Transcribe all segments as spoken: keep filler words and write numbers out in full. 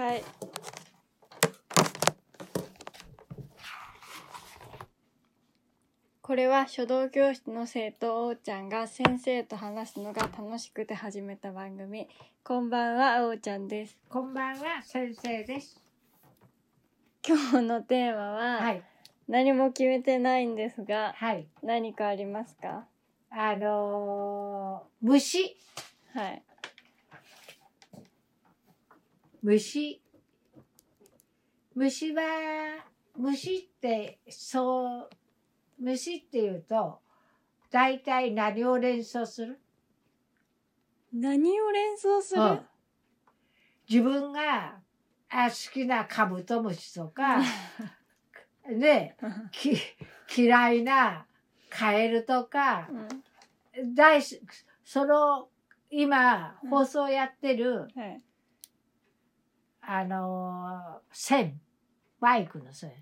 はい。これは書道教室の生徒おーちゃんが先生と話すのが楽しくて始めた番組。こんばんは、おーちゃんです。 こんばんは、先生です。 今日のテーマは、はい、何も決めてないんですが、はい、何かありますか？ あのー、虫。 はい。 虫。虫は、虫って、そう、虫っていうと、大体何を連想する？ 何を連想する？うん、 自分があ好きなカブトムシとか、ね、き嫌いなカエルとか、うん、大その今放送やってる、うん、はい、あの線、バイクの線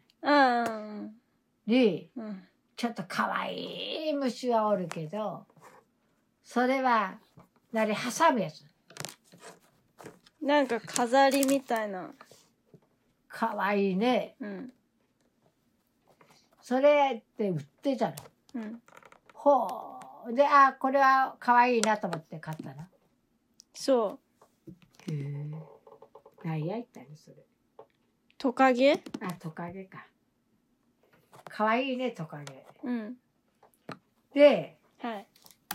に、うん、ちょっと可愛い虫はおるけど、それは何挟むやつ。 なんか飾りみたいな。 可愛いね。 うん。それって売ってたの。 うん。 ほう。で、あ、これは可愛いなと思って買ったの。 そう。 へえ。何やったのそれ。 トカゲ？ あ、トカゲか。可愛いね、トカゲ。 うん。 で、 はい。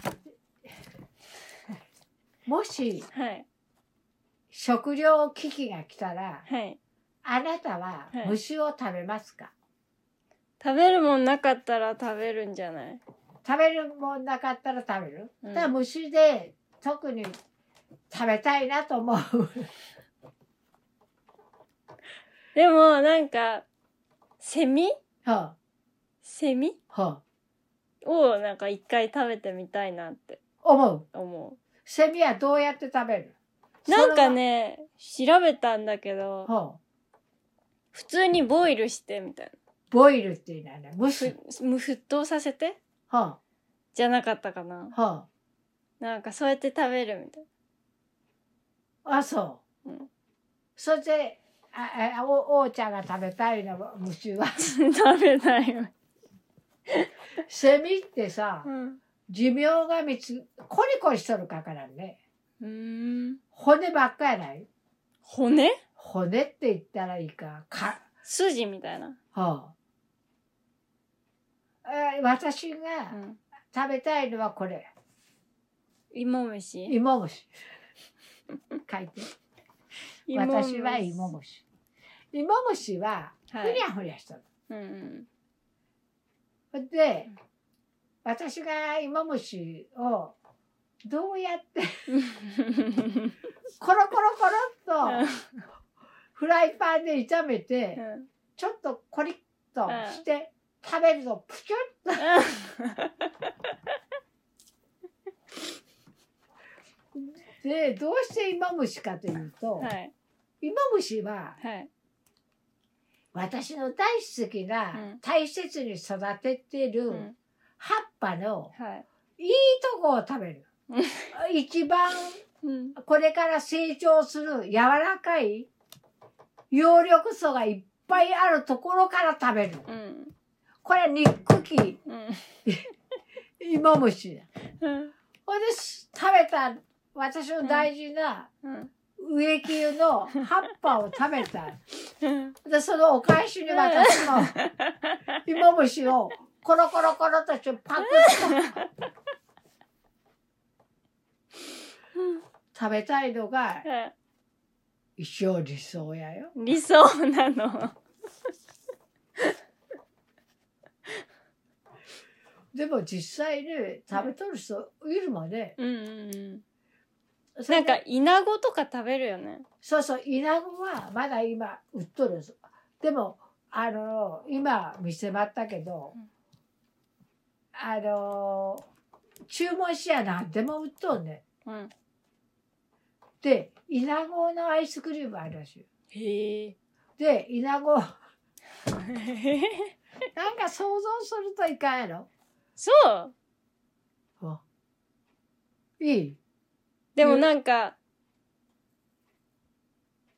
もし、 はい。 食糧危機が来たら、 はい、 あなたは虫を食べますか？はい、 食べるもんなかったら食べるんじゃない？ 食べるもんなかったら食べる、うん、だから虫で特に食べたいなと思う。 でもなんかセミ？ はあ、 セミ？ はあ、をなんか一回食べてみたいなって思う。 思う。 セミはどうやって食べる？ なんかね、調べたんだけど、はあ、普通にボイルしてみたいな。 ボイルっていうのはね、蒸す。 沸騰させて、はあ、じゃなかったかな。はあ、なんかそうやって食べるみたいな。あ、そう。うん、それで、ああお、おーちゃんが食べたいの虫は。 食べないよ。 セミってさ、うん、寿命がみつ、コリコリしとるかからね。うーん、骨ばっかやない？ 骨？ 骨って言ったらいいか。か筋みたいな。 はあ、え私が食べたいのはこれ。 芋虫？ 芋虫。書いて。私は芋虫。芋虫はふにゃふにゃしとる。はい、うんうん、で、私が芋虫をどうやってコロコロコロっとフライパンで炒めて、うん、ちょっとコリッとして食べるとプキュッとで、どうして芋虫かというと、はい、芋虫は、はい、私の大好きな、うん、大切に育ててる葉っぱのいいとこを食べる。一番これから成長する柔らかい葉緑素がいっぱいあるところから食べる。うん、これは肉球、うん、芋虫だ。うん、ほんで食べた私の大事な植木の葉っぱを食べた。でそのお返しに私の芋虫をコロコロコロとちょっとパクッと食べたいのが一生理想やよ。 理想なの。 でも実際ね食べとる人いるもんね。うんうんうん、なんかイナゴとか食べるよね。 そうそう、イナゴはまだ今売っとるんです。でもあの今見せまったけど、うん、あの注文しや何でも売っとんね。うん、でイナゴのアイスクリームあるらしい。へえ。でイナゴなんか想像するといかんやろ。 そう。 いい。 でもなんか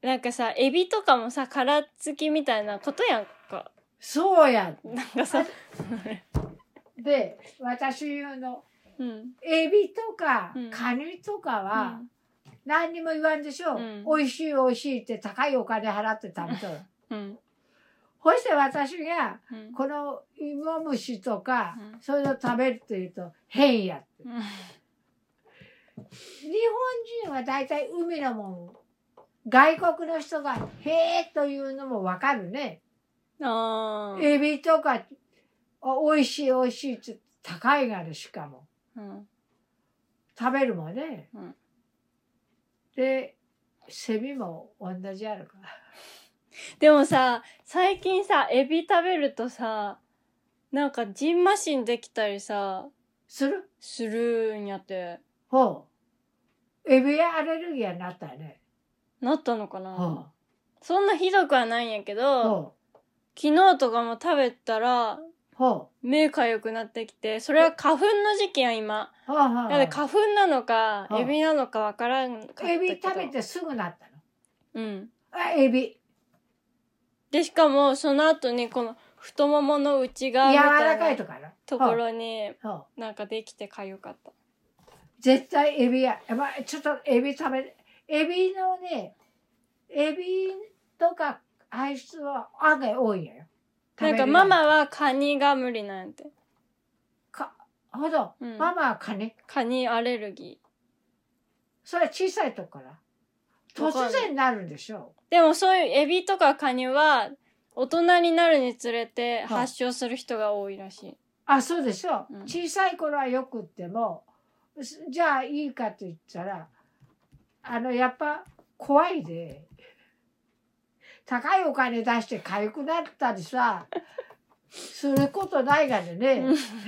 なんかさ、エビとかもさ、殻付きみたいなことやんか。 そうや。 なんかさ。 で、私言うの、 うん、 エビとか、うん、カニとかは、うん、何にも言わんでしょ。うん、美味しい美味しいって高いお金払って食べとる。うん、そして私が、うん、この芋虫とか、うん、そういうの食べるって言うと変やって。うん、日本人は大体海のもん、外国の人がへえというのもわかるね。あエビとか美味しい美味しいって高いがあるしかも、うん、食べるもんね、うん、でセミも同じやるから。 でもさ最近さエビ食べるとさなんかジンマシンできたりさするするんやって。 ほうエビアレルギーになったよね。 なったのかな、はあ、そんなひどくはないんやけど、はあ、昨日とかも食べたら、はあ、目かゆくなってきて、それは花粉の時期や今、はあはあ、だから花粉なのか、はあ、エビなのかわからんかったけど。 エビ食べてすぐなったの。うん。あ、 エビ。でしかもその後にこの太ももの内側みたいなところになんかできてかゆかった。 絶対エビや、まあ、ちょっとエビ食べエビのね、エビとか排出は案外多いんやよ。 なんかママはカニが無理なんて。 か、ほど、うん、ママはカニカニアレルギー。 それは小さいとこから突然になるんでしょう。 でもそういうエビとかカニは大人になるにつれて発症する人が多いらしい。 あ、そうでしょ、うん。小さい頃はよくっても、じゃあいいかと言ったら、あの、やっぱ怖いで、高いお金出して痒くなったりさ、することないがね。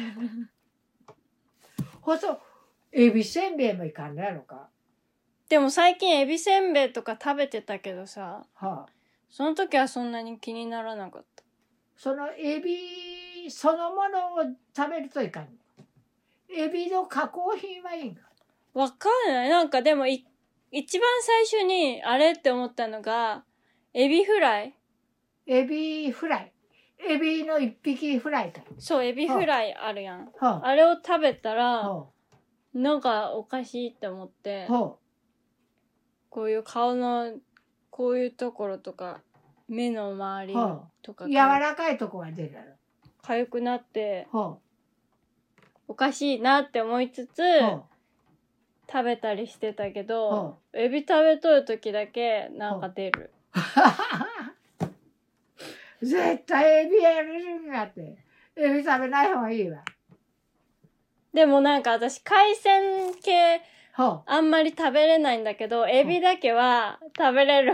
ほそ、エビせんべいもいかんのやろか。 でも最近エビせんべいとか食べてたけどさ、はあ、その時はそんなに気にならなかった。 そのエビそのものを食べるといかんの。エビの加工品はいいんか。 わかんない。なんかでもい一番最初にあれって思ったのがエビフライ。 エビフライ。エビの一匹フライか。 そう、エビフライあるやん。はあ、あれを食べたら、はあ、なんかおかしいって思って、はあ、こういう顔のこういうところとか目の周りとか、はあ、柔らかいとこが出るやろ。 痒くなって、はあ、おかしいなって思いつつ、はあ、食べたりしてたけど、はあ、エビ食べとる時だけなんか出る。 絶対エビやるんやって。エビ食べない方がいいわ。 でもなんか私海鮮系あんまり食べれないんだけど、エビだけは食べれる。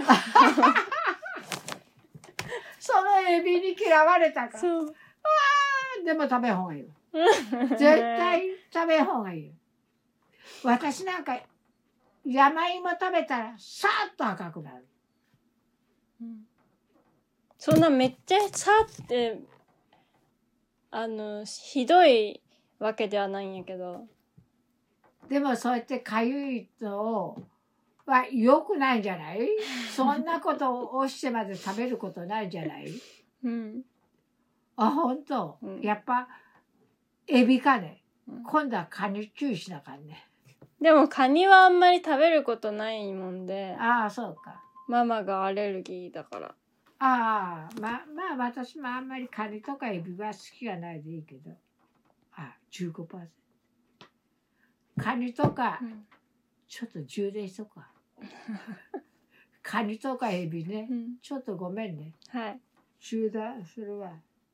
そのエビに嫌われたから。そう。あでも食べん方がいいわ。絶対食べん方がいいよ。私なんか山芋食べたらさーっと赤くなる。 うん、そんなめっちゃさーってあのひどいわけではないんやけど。 でもそうやってかゆいのは良くないんじゃない？そんなことをしてまで食べることないんじゃない？うん。あ、ほんと、うん、やっぱエビかね。うん、今度はカニ注意しなあかんね。 でもカニはあんまり食べることないもんで。 ああ、そうか。 ママがアレルギーだから。 ああ、ま、まあ私もあんまりカニとかエビは好きがないでいいけど。あ、じゅうごパーセント。カニとか、うん、ちょっと充電しとくわ。カニとかエビね、うん、ちょっとごめんね。はい。中断するわ。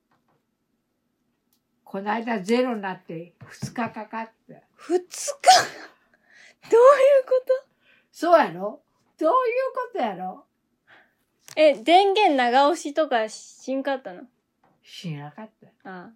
この間ゼロになってふつかかかった。 ふつかどういうことそうやろどういうことやろえ、電源長押しとかしんかったの？ しなかった。ああ。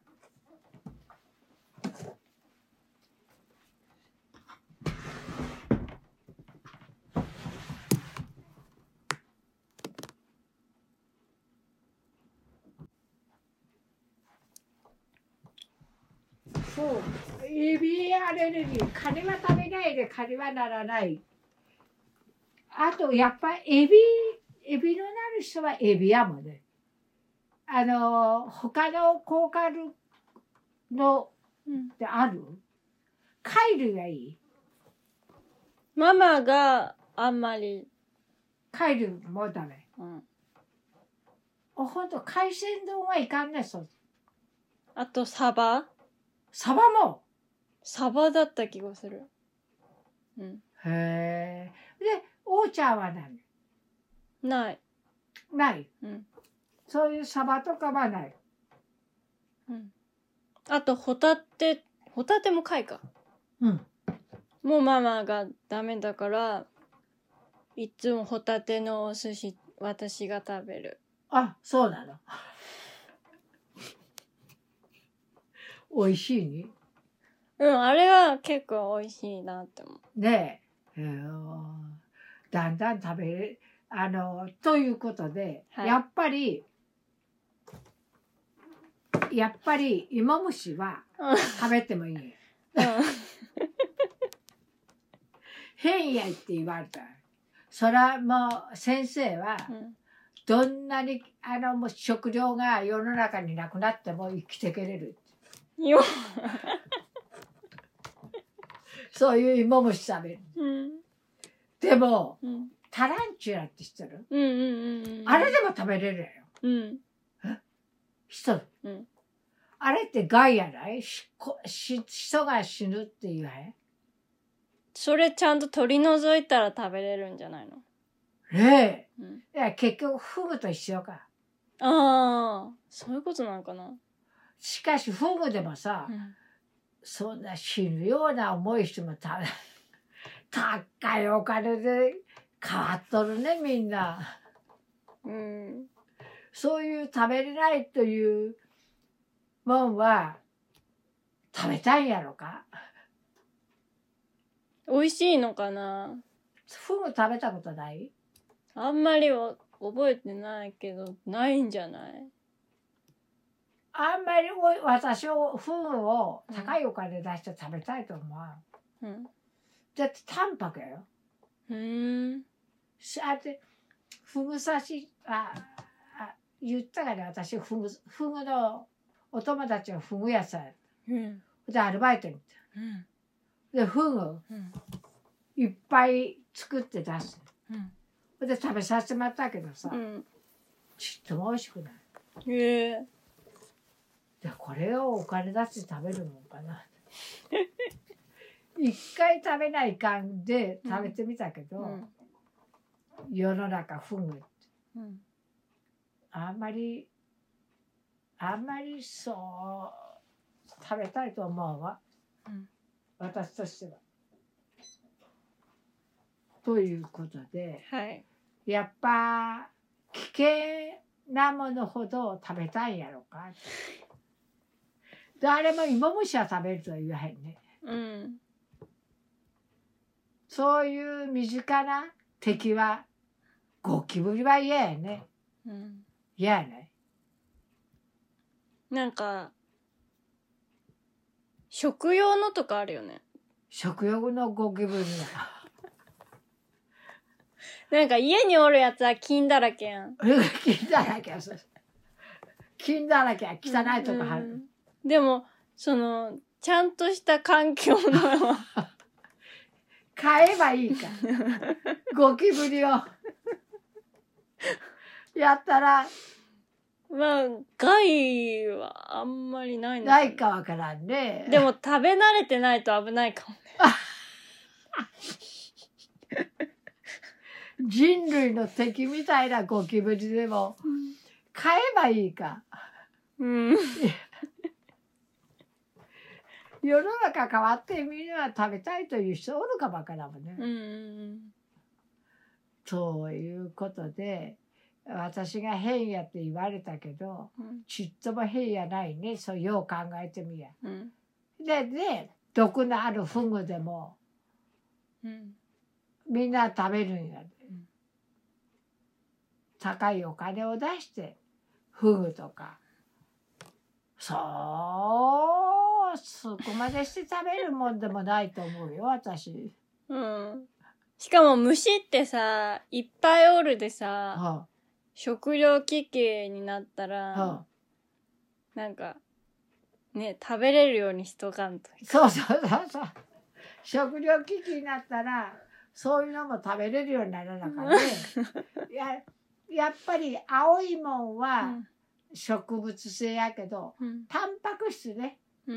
そう。エビアレルギー。カニは食べないでカニはならない。あと、やっぱエビエビのなる人はエビやもんね。あの他の甲殻類のってある？貝類がいい？ ママがあんまり。 貝類もダメ。 うん。 あ、ほんと海鮮丼はいかんね、そう。 あとサバ？ サバも？ サバだった気がする。うん。 へえ。で、おーちゃんは何？ ない。 ない。 うん。 そういうサバとかはない。 うん。あとホタテ、ホタテも貝か。 うん。 もうママがダメだから、いつもホタテのお寿司私が食べる。 あ、そうなの。美味しいね。 うん、あれは結構美味しいなって思う。 ねえ。えー、だんだん食べれ、あの、ということで、はい、やっぱり、やっぱり芋虫は食べてもいい。うん、変やって言われた。そらもう先生は、どんなにあのもう食料が世の中になくなっても生きていけれる。そういう芋虫食べる。うん、でも、うん、タランチュラって知ってる？うんうんうんうん、あれでも食べれるよ。うん、え？知ってる？うん、あれって害やない？しし人が死ぬって言わへん？ それちゃんと取り除いたら食べれるんじゃないの？ ねえ、うん、いや結局フグと一緒か。 ああ、そういうことなのかな。 しかしフグでもさ、うん、そんな死ぬような重い人もた高いお金で変わっとるねみんな、うん、そういう食べれないというもんは食べたいんやろか。 美味しいのかな。 フグ食べたことない？ あんまりは覚えてないけどないんじゃない？ あんまり私をフグを高いお金出して食べたいと思う。うん、だって淡白やよ。うん。あってフグ刺しああ言ったから私フグフグのお友達はフグ屋さん。うん、でアルバイトに行った。うん、でフグ、うん、いっぱい作って出す。うん、で食べさせてもらったけどさ、うん、ちっとも美味しくない。へえ。でこれをお金出して食べるのかな。一回食べないかんで食べてみたけど、うん、世の中フグって、うん、あんまりあんまりそう食べたいと思うわ、うん、私としては。ということで、はい、やっぱ危険なものほど食べたいんやろか。誰も芋虫は食べるとは言わへんね。うん、そういう身近な敵はゴキブリは嫌やね。うん、嫌やね。 なんか食用のとかあるよね。 食用のゴキブリは。 なんか家におるやつは菌だらけやん。 菌だらけや。菌だらけや。汚いとこある。うんうん、でもそのちゃんとした環境の買えばいいか。ゴキブリをやったら。 まあ害はあんまりないのかな。ないかわからんね。 でも食べ慣れてないと危ないかもね。 人類の敵みたいなゴキブリでも買えばいいか。うん。世の中変わってみんな食べたいという人おるかばからもね。うん。そういうことで私が変やって言われたけど、うん、ちっとも変やないね。そうよう考えてみや。うん、でで毒のあるフグでも、うん、みんな食べるんやで、うん、高いお金を出してフグとかそうそこまでして食べるもんでもないと思うよ私。 うん、 しかも虫ってさ、いっぱいおるでさ、 はあ、 食糧危機になったら、 はあ、 なんか、ね、食べれるようにしとかんと。 そうそうそうそう。食糧危機になったら、そういうのも食べれるようにならなかね。ややっぱり青いもんは植物性やけど、うん、タンパク質ね。うん、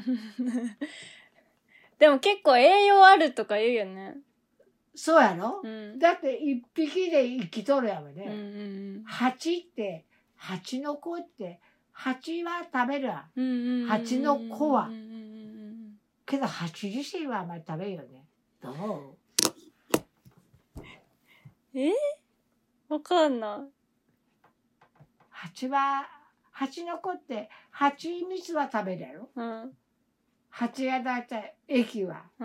でも結構栄養あるとか言うよね。 そうやろ、うん、だって一匹で生きとるやもんね。うんうんうん、蜂って、蜂の子って、蜂は食べるわ。蜂の子は。けど蜂自身はあんまり食べんよね。どう？ え？わかんない。 蜂は、蜂の子って、蜂蜜は食べるやろ、うん、蜂がだいたい液は。うん、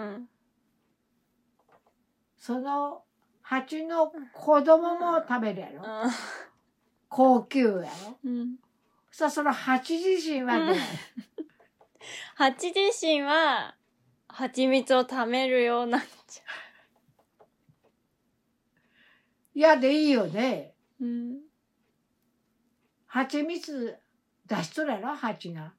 その蜂の子供も食べるやろ、うん、高級やろ、うん、さあその蜂自身はどう、うん、 蜂自身は蜂蜜を食べるようなんじゃ。 いやでいいよね。うん、蜂蜜出しとるやろ蜂が。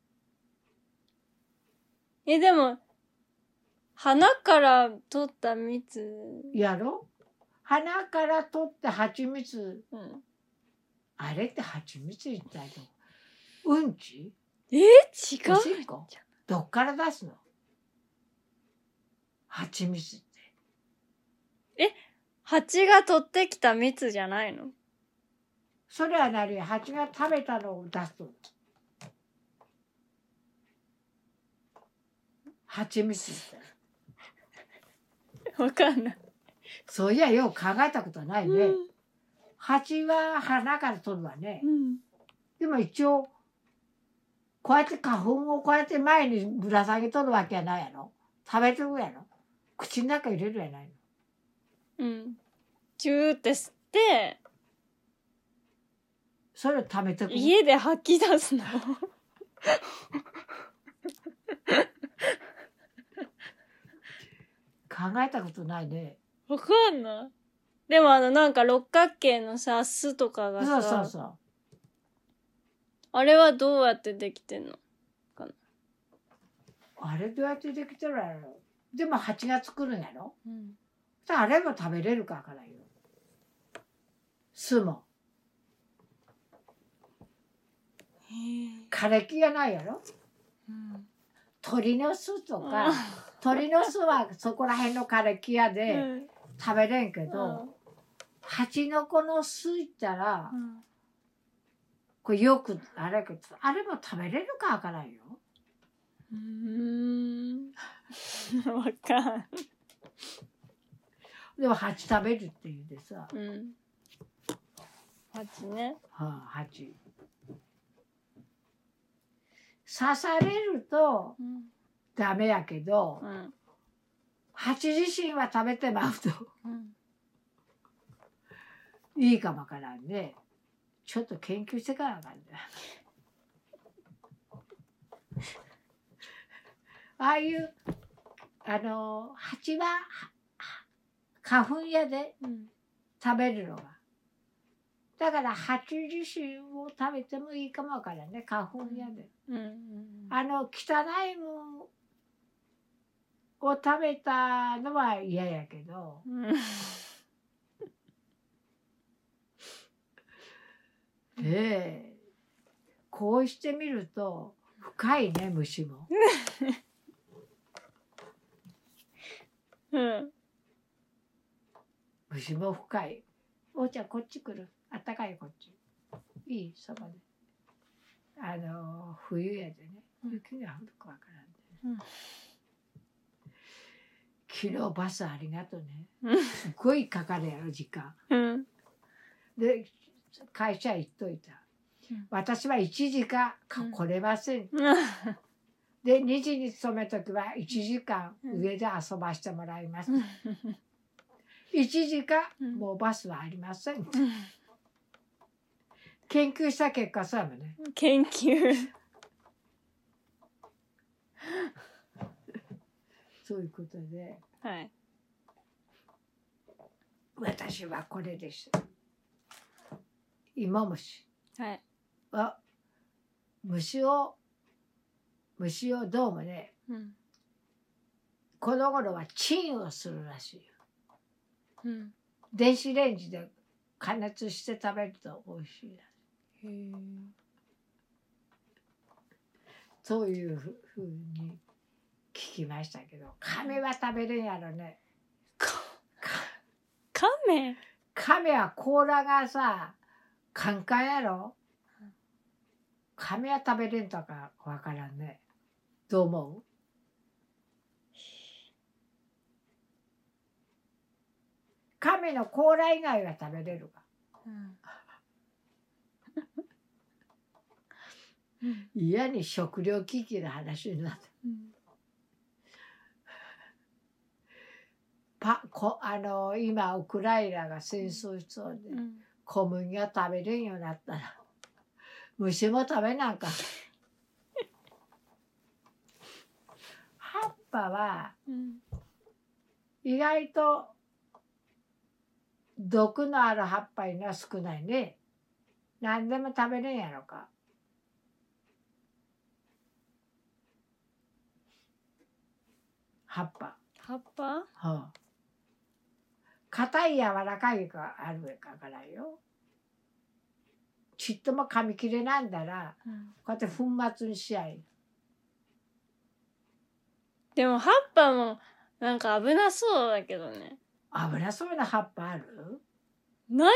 えでも花から取った蜜やろ、花から取って蜂蜜、うん、あれって蜂蜜一体どう、うんち、 え違う、 おしっこどっから出すの蜂蜜って。 え蜂が取ってきた蜜じゃないの？ それはなに、蜂が食べたのを出すと。蜂蜜って。 わかんない。 そういやよう考えたことないね。うん、蜂は花から取るわね。うん、でも一応こうやって花粉をこうやって前にぶら下げとるわけやないやろ。食べてるやろ。口の中入れるやないの。 うん。チューって吸って。 それを食べてくる。 家で吐き出すの。 考えたことないね。 わかんない。でもあのなんか六角形のさ、巣とかがさ。そうそうそう。あれはどうやってできてんのかな。 あれどうやってできてるやろ。でも蜂が作るんやろ。うん。あれも食べれるかわからんよ。巣も。枯れ木がないやろ。うん、鳥の巣とか、うん、鳥の巣はそこら辺の枯れ木屋で食べれんけど、うん、蜂の子の巣いったら、うん、これよくあれあれも食べれるかわからんよ。 うーんわかん。 でも蜂食べるって言うでさ。うん、 蜂ね。 はあ、蜂。刺されるとダメやけど、うん、蜂自身は食べてまうと、うん、いいかもわからんね。ちょっと研究してからなんだ。ああいうあの蜂は花粉屋で食べるのが、だから蜂自身を食べてもいいかもわからんね、花粉屋で。うんうんうん、あの汚いもんを食べたのは嫌やけど、うん、ええ、こうしてみると深いね、虫も。うん、虫も深い。おちゃんこっち来る。あったかいこっち。いいそばで。あの冬やでね。雪が降るかわからんで、ね。うん、昨日バスありがとうね。すごいかかるやろ時間。うん、で会社行っといた。うん、私はいちじかん来れません。うん、でにじに勤めときはいちじかん上で遊ばしてもらいます。うん、いちじかんもうバスはありません。うん、研究した結果そうやもんね。 研究。 そういうことで。はい。 私はこれです。芋虫。 はい。 は虫を虫をどうもね、うん、この頃はチンをするらしいよ。うん、電子レンジで加熱して食べると美味しいらしい。へえ。そういうふうに聞きましたけど、亀は食べるんやろね。 亀？ 亀は甲羅がさ、カンカンやろ。亀は食べれんとかわからんね。どう思う？亀の甲羅以外は食べれるか。うん、嫌に食糧危機の話になった。うん、パこあの今ウクライナが戦争しそうで、うん、小麦が食べれんようになったら虫も食べなんか。葉っぱは意外と毒のある葉っぱには少ないね。何でも食べれんやろか。葉っぱ。 葉っぱ？はあ。硬い柔らかいがあるからよ。ちっとも噛み切れなんだら、うん、こうやって粉末にしちゃい。 でも葉っぱもなんか危なそうだけどね。 危なそうな葉っぱある？ ない？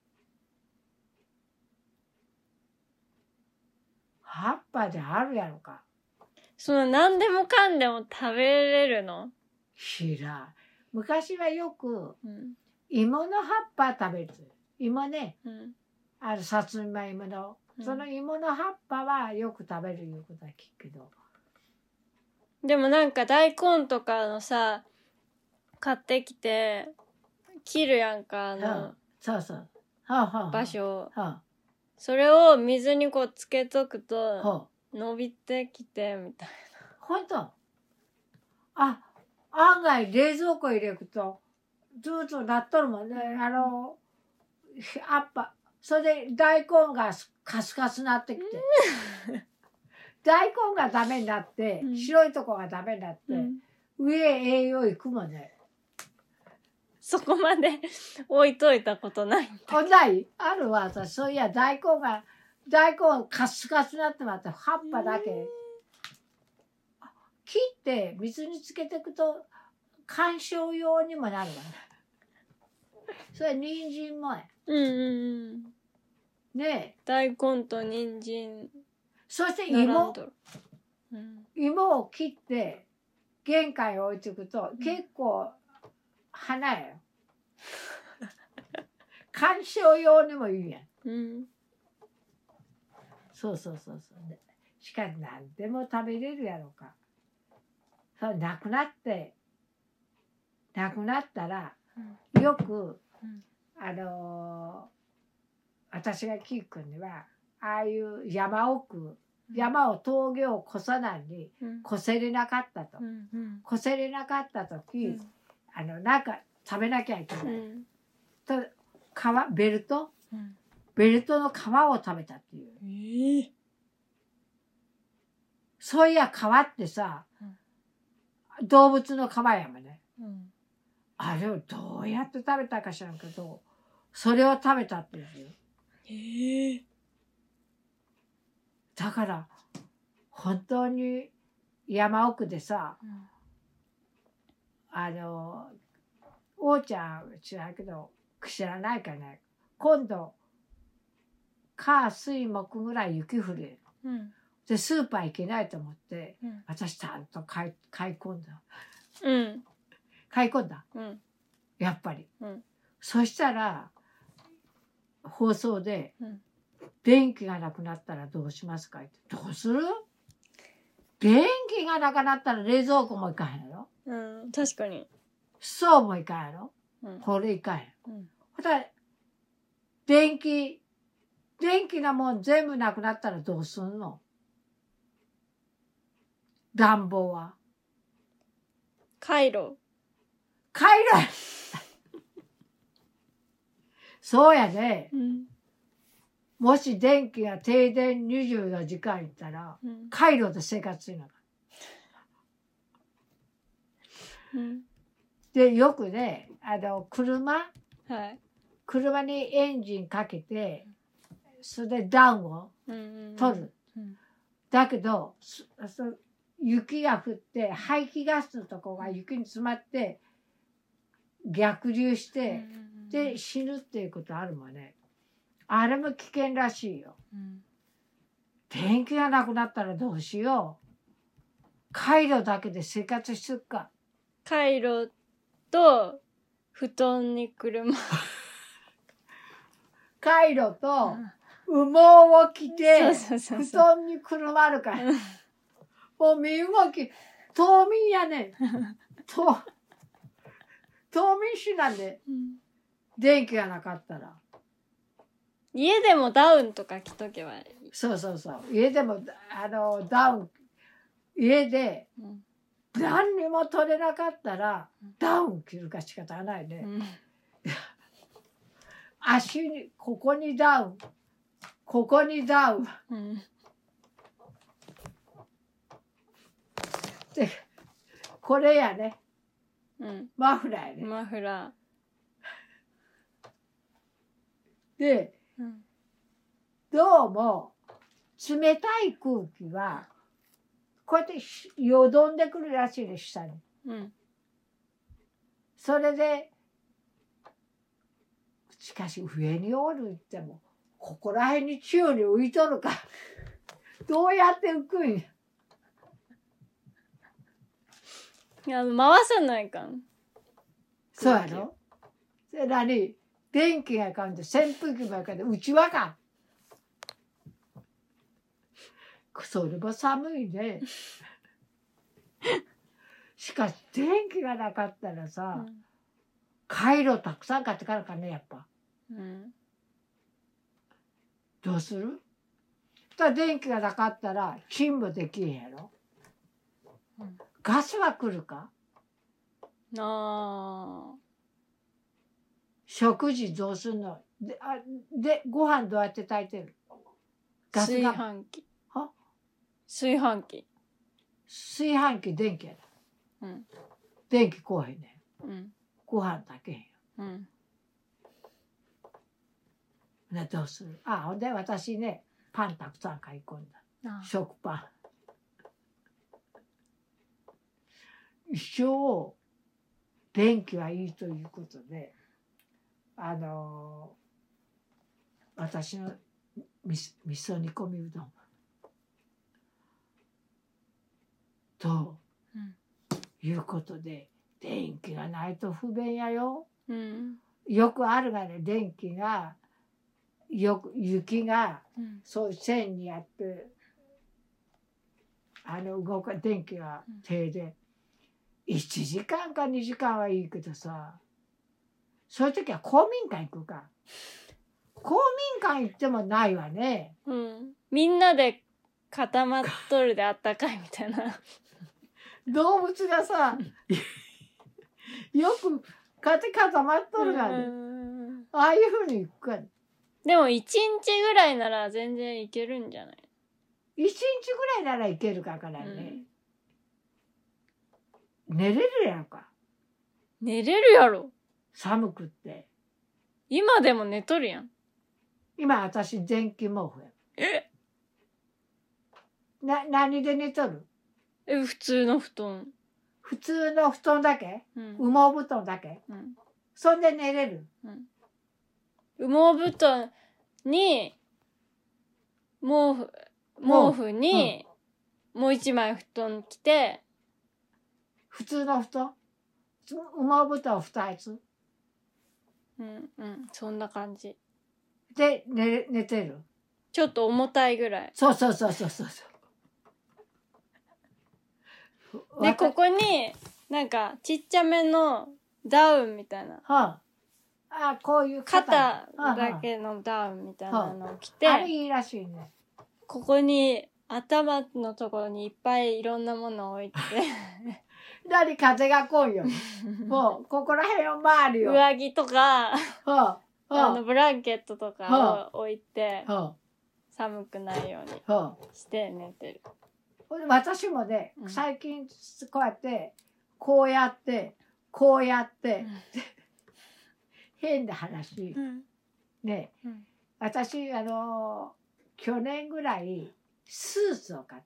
葉っぱであるやろか。 その何でもかんでも食べれるの？ 知らん。昔はよく、うん、芋の葉っぱ食べる。芋ね、うん、あるさつまいもの、うん、その芋の葉っぱはよく食べるいうことは聞くけど。 でもなんか大根とかのさ、買ってきて切るやんか、あの、はあ、そうそう、 はあはあ、場所を、はあ、それを水にこうつけとくと、はあ、伸びてきてみたいな。 ほんと？あ、案外冷蔵庫入れるとずっとなっとるもんね。あの葉っぱ、それで大根がカスカスなってきて、大根がダメになって、うん、白いとこがダメになって、うん、上へ栄養いくもんね。 そこまで置いといたことないんだ。ないあるわ。私そういや大根が大根カスカスになってまって葉っぱだけ切って水につけていくと観賞用にもなるわね。それ人参もや。うんうんうん。ねえ。 大根と人参。 そして芋、うん、芋を切って玄関に置いておくと、うん、結構花やよ。観賞用にもいいやん。うん、そうそうそうそう。しかし何でも食べれるやろか。それなくなってなくなったら、うん、よく、うん、あのー、私が聞くにはああいう山奥、うん、山を峠を越さないに越せれなかったと、うんうん、越せれなかった時、うん、あのなんか食べなきゃいけない、うん、と皮ベルト、うん、ベルトの皮を食べたっていう、えー、そういや皮ってさ、うん、動物の皮やもんね、うん、あれをどうやって食べたか知らんけどそれを食べたって言うんですよ。へー。だから本当に山奥でさ、うん、あのおーちゃん知らんけど知らないかね、今度火水木ぐらい雪降る、うん、でスーパー行けないと思って、うん、私ちゃんと買い、買い込んだ、うん、買い込んだ、うん、やっぱり、うん、そしたら放送で、うん、電気がなくなったらどうしますかって、どうする？電気がなくなったら冷蔵庫もいかへんやろ、 うん、確かにストーブもいかへんやろ、うん、これいかへん、うん、ほたら電気電気なもん全部なくなったらどうすんの？暖房は回路回路そうやね。 うん、 もし電気が停電にじゅうよじかんいったら、うん、カイロで生活しなかった。うん、で、よくね、あの、車、はい、車にエンジンかけて、それで暖を取る。うんうんうん、だけど、雪が降って、排気ガスのとこが雪に詰まって、逆流して、で、死ぬっていうことあるもんね。あれも危険らしいよ。うん、電気がなくなったらどうしよう。カイロだけで生活しとくか。 カイロと布団に車。 カイロと羽毛を着て、布団にくるまるから。もう身動き、冬眠やね。冬眠しなんで、うん、電気がなかったら。 家でもダウンとか着とけばいい。 そうそうそう。家でも、あの、ダウン、家で、何にも取れなかったら、うん、ダウン着るか仕方ないね。うん、足に、ここにダウン、ここにダウン。うん、で、これやね。うん、マフラーやね。 マフラー。で、うん、どうも冷たい空気はこうやってよどんでくるらしいです、下に。うん、それでしかし上におるってもここら辺に宙に浮いとるかどうやって浮くんや。 いや回さないかん。 そうやろ。それ何電気がかんで扇風機もかんでうちわか。それも寒いね。しかし電気がなかったらさ、うん、カイロたくさん買ってからかねやっぱ。うん、どうする？だ電気がなかったら勤務できへんやろ。うん、ガスは来るか？ああ。食事どうすんの？で、あ、で、ご飯どうやって炊いてる？ ガスが炊飯器。は？炊飯器。 炊飯器電気やな。うん。電気こうへんねん。うん。ご飯炊けへんよ。うん。で、どうする？あ、ほんで私ね、パンたくさん買い込んだ。食パン。一生、電気はいいということで、あのー、私のみ味噌煮込みうどんと、うん、いうことで電気がないと不便やよ、うん、よくあるがね電気がよく雪が、うん、そう線にあってあの動か電気が停電、うん、いちじかんかにじかんはいいけどさそういう時は公民館行くか。公民館行ってもないわね。 うん。みんなで固まっとるであったかいみたいな。 動物がさ、よくかて固まっとるがね。ああいうふうに行くかね。 でも一日ぐらいなら全然いけるんじゃない？ 一日ぐらいならいけるかからね。うん、寝れるやろか。 寝れるやろ。 寒くって。 今でも寝とるやん。 今私電気毛布や。え？な、何で寝とる？ え、普通の布団。 普通の布団だけ？うん、羽毛布団だけ？うん、そんで寝れる？ うん、羽毛布団に、毛布、毛布に、うん、もう一枚布団着て。 普通の布団？羽毛布団二つ？ うんうん、そんな感じ。 で、寝、寝てる？ ちょっと重たいぐらい。 そうそうそうそうそう。 で、ここに、なんか、ちっちゃめのダウンみたいな。 はあ、あ、こういう肩だけのダウンみたいなのを着て。はあ、 あれいいらしいね。 ここに、頭のところにいっぱいいろんなものを置いて。 何風が来んよ。もう、ここら辺を回るよ。 上着とか、はあ、 あのブランケットとかを置いて寒くないようにして寝てる。 私もね、最近こうやってこうやってこうやって、うん、変な話、うん、ね、うん、私あの去年ぐらいスーツを買った、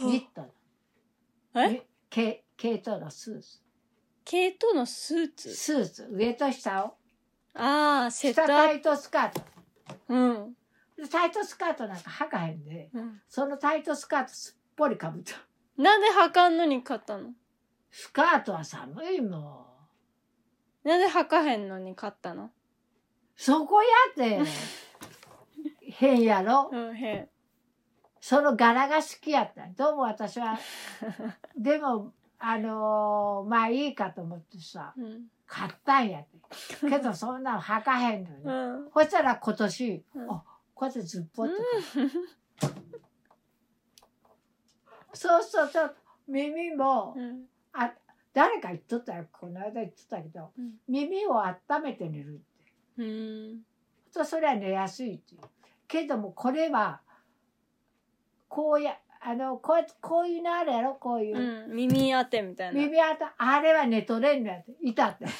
ニットのえ毛毛糸のスーツ毛糸のスーツスーツ上と下をああセット下タイトスカート、 うん、 タイトスカートなんか履かへんで、うん、そのタイトスカートすっぽりかぶった。 なんで履かんのに買ったの？ スカートは寒いもん。なんで履かへんのに買ったの？ そこやって変やろ、 うん、変。 その柄が好きやった。どうも私はでもあのー、まあいいかと思ってさ、うん、買ったんやってけどそんなの履かへんのに、うん、そしたら今年、うん、あこうやってずっぽっとか、うん、そうそうちょっと耳も、うん、あ誰か言っとったよこの間言っとったけど、うん、耳を温めて寝るって、うん、とそれは寝やすいっていうけどもこれはこうやあのこうこういうのあるやろこういう、 うん、耳当てみたいな耳当てあれは寝とれんのやっていたって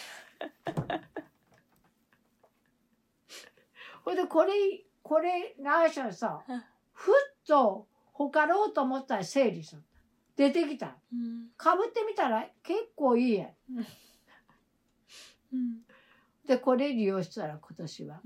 ほいでこれこれ何しろさふっとほかろうと思ったら整理する出てきた、うん、かぶってみたら結構いいやん、うん、でこれ利用したら今年は、うん、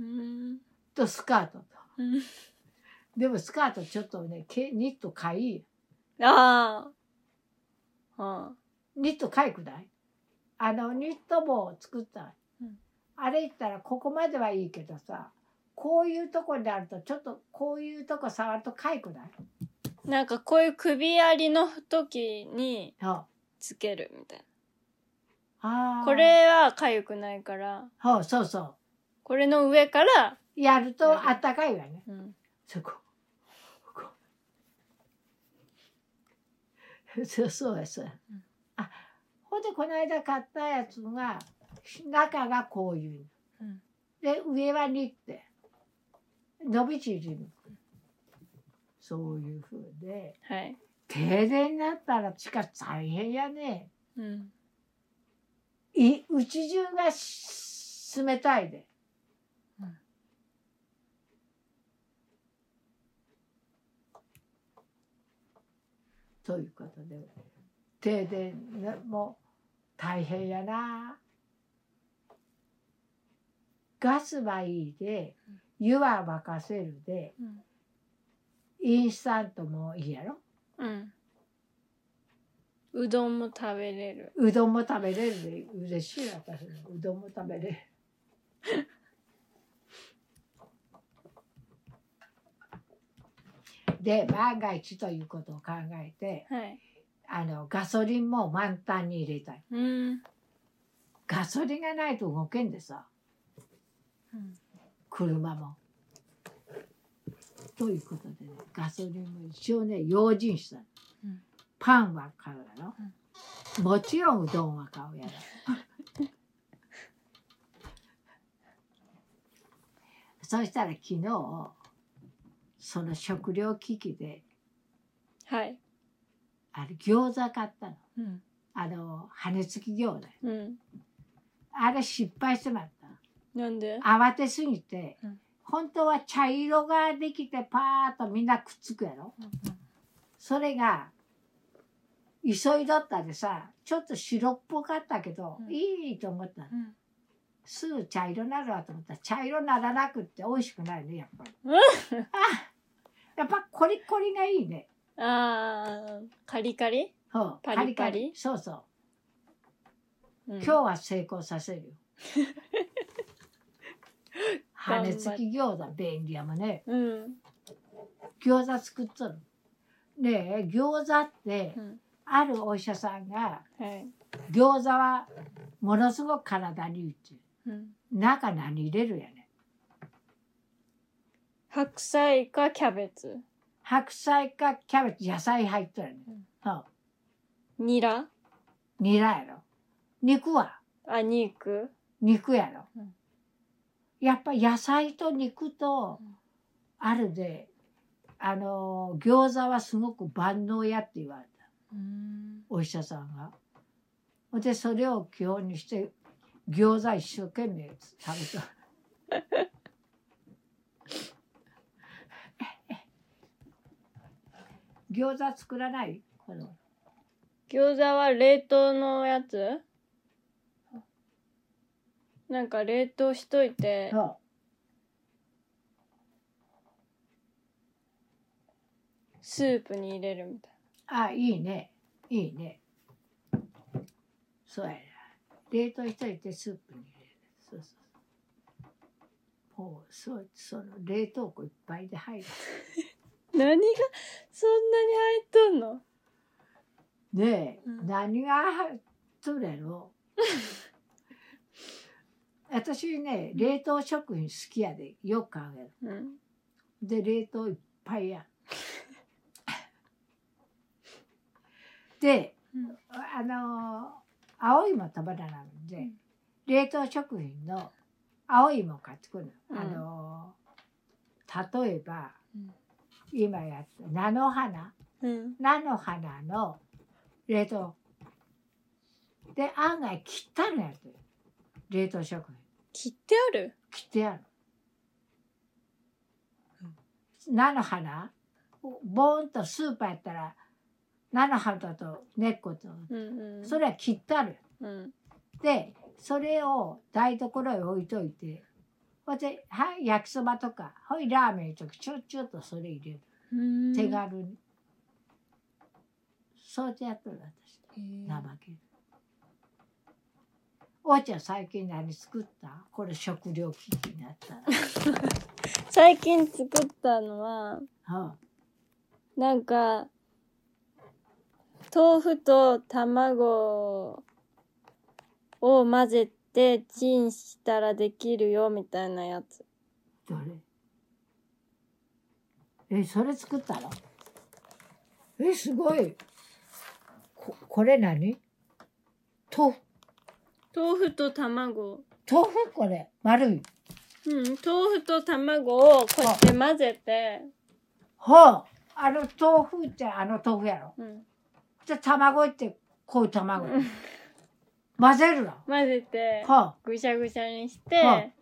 とスカートと、うんでもスカートちょっとねニットかいああ、はあ、 ニットかいくないあのニット帽を作った、うん、あれ言ったらここまではいいけどさこういうとこであるとちょっとこういうとこ触るとかいくないなんかこういう首ありの時につけるみたいな、あこれはかゆくないからはあそうそうこれの上からやるとあったかいわね、うん、そこそうそうです、うん、あほんでこの間買ったやつが中がこういう、うん、で上はニッて伸び縮むそういう風で、はい、停電になったらしかし大変やね、うん、いうち中が冷たいで、うん、ということで停電も大変やな。ガスはいいで湯は沸かせるで、うん、インスタントもいいやろ、うん、 うどんも食べれるうどんも食べれるで嬉しい私うどんも食べれるで万が一ということを考えて、はい、あのガソリンも満タンに入れたい、うん、ガソリンがないと動けんでさ、うん、車もということでねガソリンも一応ね用心した、うん、パンは買うやろ、うん、もちろんうどんは買うやろそしたら昨日その食料危機で、はい、あれ餃子買ったの、うん、あの羽根付き餃子、うん、あれ失敗してまった。 なんで？ 慌てすぎて、うん、本当は茶色ができてパーッとみんなくっつくやろ、うんうん、それが急いどったでさちょっと白っぽかったけど、うん、いいと思ったの、うん、すぐ茶色になるわと思ったら茶色にならなくって美味しくないねやっぱりあやっぱコリコリがいいね。 ああ、カリカリ？ そう、 パリパリ？ そうそう、うん。今日は成功させるよ。羽根付き餃子便利やもんね。うん。餃子作っとる。ねえ、餃子って、うん、あるお医者さんが、はい、餃子はものすごく体にいいって、うん、中何入れるやね。 白菜かキャベツ白菜かキャベツ野菜入っとるね、うん、 ニラニラやろ肉はあ肉肉やろ、うん、 やっぱ野菜と肉とあるで、あの餃子はすごく万能やって言われた、うん、お医者さんが。でそれを基本にして餃子一生懸命食べた。餃子作らない？この餃子は冷凍のやつ？なんか冷凍しといて、スープに入れるみたいな。あ、いいね。いいね。そうやな。冷凍しといてスープに入れる。そうそう。もうそう、その冷凍庫いっぱいで入る。 何がそんなに入っとんの？ ねえ、うん、何が入っとるやろ。私ね、冷凍食品好きやで、よく買うやろ、うん、で冷凍いっぱいや。で、うん、あの青いも食べらないんで、うん、冷凍食品の青いも買ってくるの、うん、あの例えば、うん、今やった菜の花、うん、菜の花の冷凍で案外切ったのやつ、冷凍食品切ってある？ 切ってある。菜の花ボーンとスーパーやったら菜の花と根っこと、うんうん、それは切ってある、うん、でそれを台所へ置いといて、ほいで、はい、焼きそばとか、ほいラーメンとかちょっちょっとそれ入れる、手軽に。そうやってやっとる私。なわけ。おーちゃん最近何作った？これ食料危機になったら。 最近作ったのは、はあ、なんか豆腐と卵を混ぜてチンしたらできるよみたいなやつ。 どれ？え、それ作ったの？え、すごい。こ、これ何？豆腐。 豆腐と卵。 豆腐？これ丸い。 うん、豆腐と卵をこうやって混ぜて。 はあ、あの豆腐ってあの豆腐やろ。うん、じゃ卵ってこういう卵。混ぜるの？ 混ぜて、はあ、ぐしゃぐしゃにして、はあ、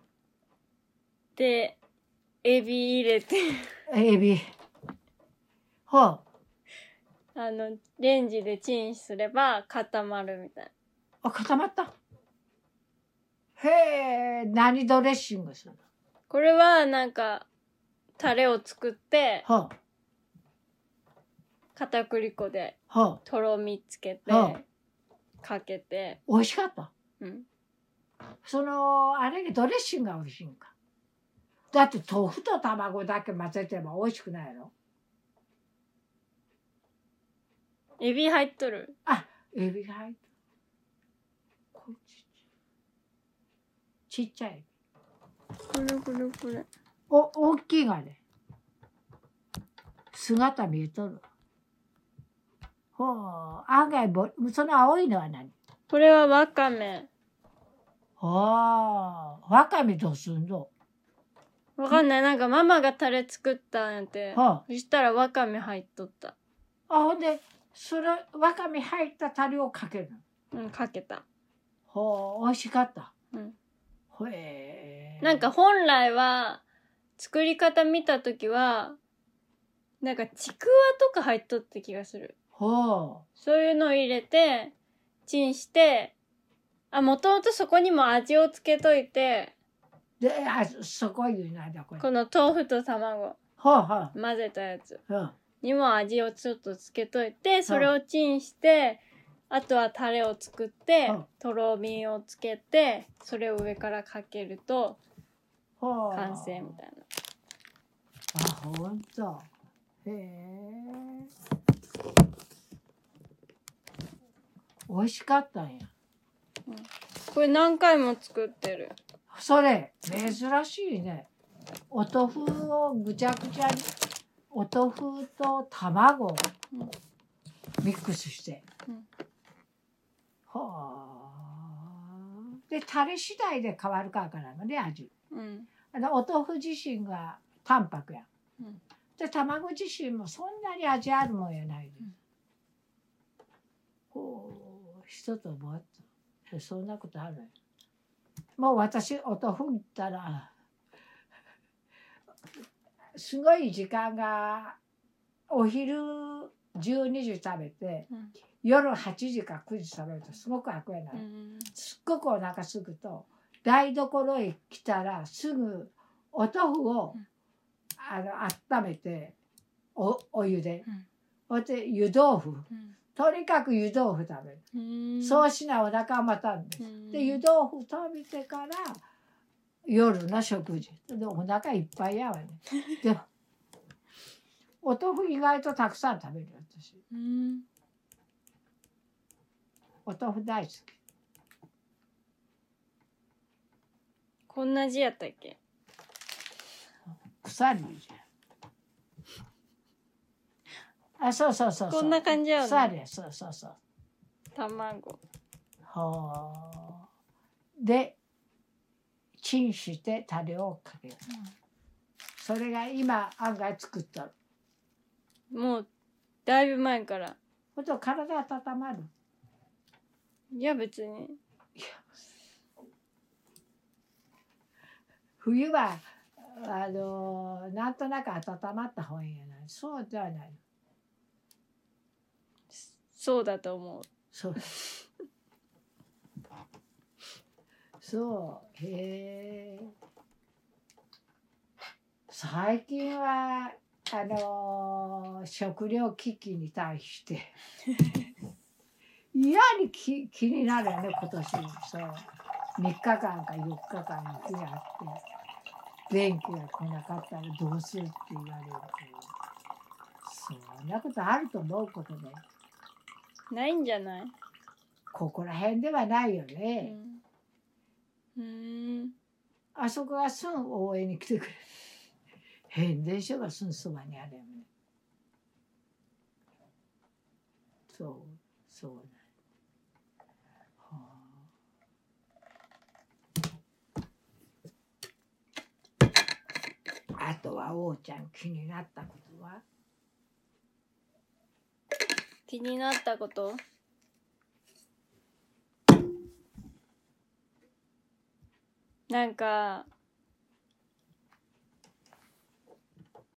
で、エビ入れて。 エビ。はあ。あの、レンジでチンすれば固まるみたいな。 あ、固まった。へえ、何ドレッシングするの？ これはなんかタレを作って、はあ、片栗粉でとろみつけて、はあ、かけて。 美味しかった。うん。そのあれにドレッシングが美味しいんか。だって豆腐と卵だけ混ぜても美味しくないの？ エビ入っとる。 あ、エビが入っとる。こっち。ちっちゃい。 これこれこれ。 お、大きいがね。姿見えとる。ほう、案外ぼ、その青いのは何？ これはわかめ。 ああ、わかめどうすんの？ わかんない。なんかママがタレ作ったんやて。はあ、そしたらわかめ入っとった。 あ、ほんで、それ、わかめ入ったタレをかけるの？うん、かけた。 ほう、美味しかった。うん。 へえ。なんか本来は、作り方見たときは、なんかちくわとか入っとった気がする。ほう。そういうのを入れて、チンして、あ、もともとそこにも味をつけといて、 で、あ、そこ言うなだ、これ。 この豆腐と卵、 ほうほう、 混ぜたやつ、 ほう、 にも味をちょっとつけといて、それをチンして、あとはタレを作って、とろみをつけて、それを上からかけると、完成みたいな。 あ、ほんと。へえ。美味しかったんや。 うん、これ何回も作ってる。 それ、珍しいね。お豆腐をぐちゃぐちゃに、お豆腐と卵をミックスして。うん、はあ。で、タレ次第で変わるからかなのね、味。 うん、あのお豆腐自身が淡白やん、うん、で卵自身もそんなに味あるもんやないで、うん、こう人とぼっとそんなことある。もう私お豆腐いったらすごい時間がお昼じゅうにじ食べて、うん、夜はちじかくじ食べるとすごく悪やない、うん、すっごくお腹すくと台所へ来たらすぐお豆腐を、うん、あの温めて お, お湯で、うん、で湯豆腐、うん、とにかく湯豆腐食べる、うん、そうしないお腹またんです、うん、で湯豆腐食べてから夜の食事でお腹いっぱいやわねでもお豆腐意外とたくさん食べる私、うん、お豆腐大好き。 こんな字やったっけ？ 鎖じゃん。あ、そうそうそうそう。 こんな感じやね。 鎖、そうそうそう。 卵。 はあ。で、チンしてタレをかける。うん、それが今案外作った。 もうだいぶ前から。 ほんと体温まる。 いや別に。いや冬はあのなんとなく温まった方がいいんやない。そうではないの。 そうだと思う。 そうそうへえ。最近はあの食糧危機に対して嫌に気気になるよね今年。そうみっかかんかよっかかん雪があって電気が来なかったらどうするって言われると、そんなことあると思うことでないんじゃない？ ここら辺ではないよね、 うん、うーんあそこがすん応援に来てくれる変電所がすんそばにあるよね。そうそうね、はあ、あとは王ちゃん気になったことは？ 気になったこと？なんか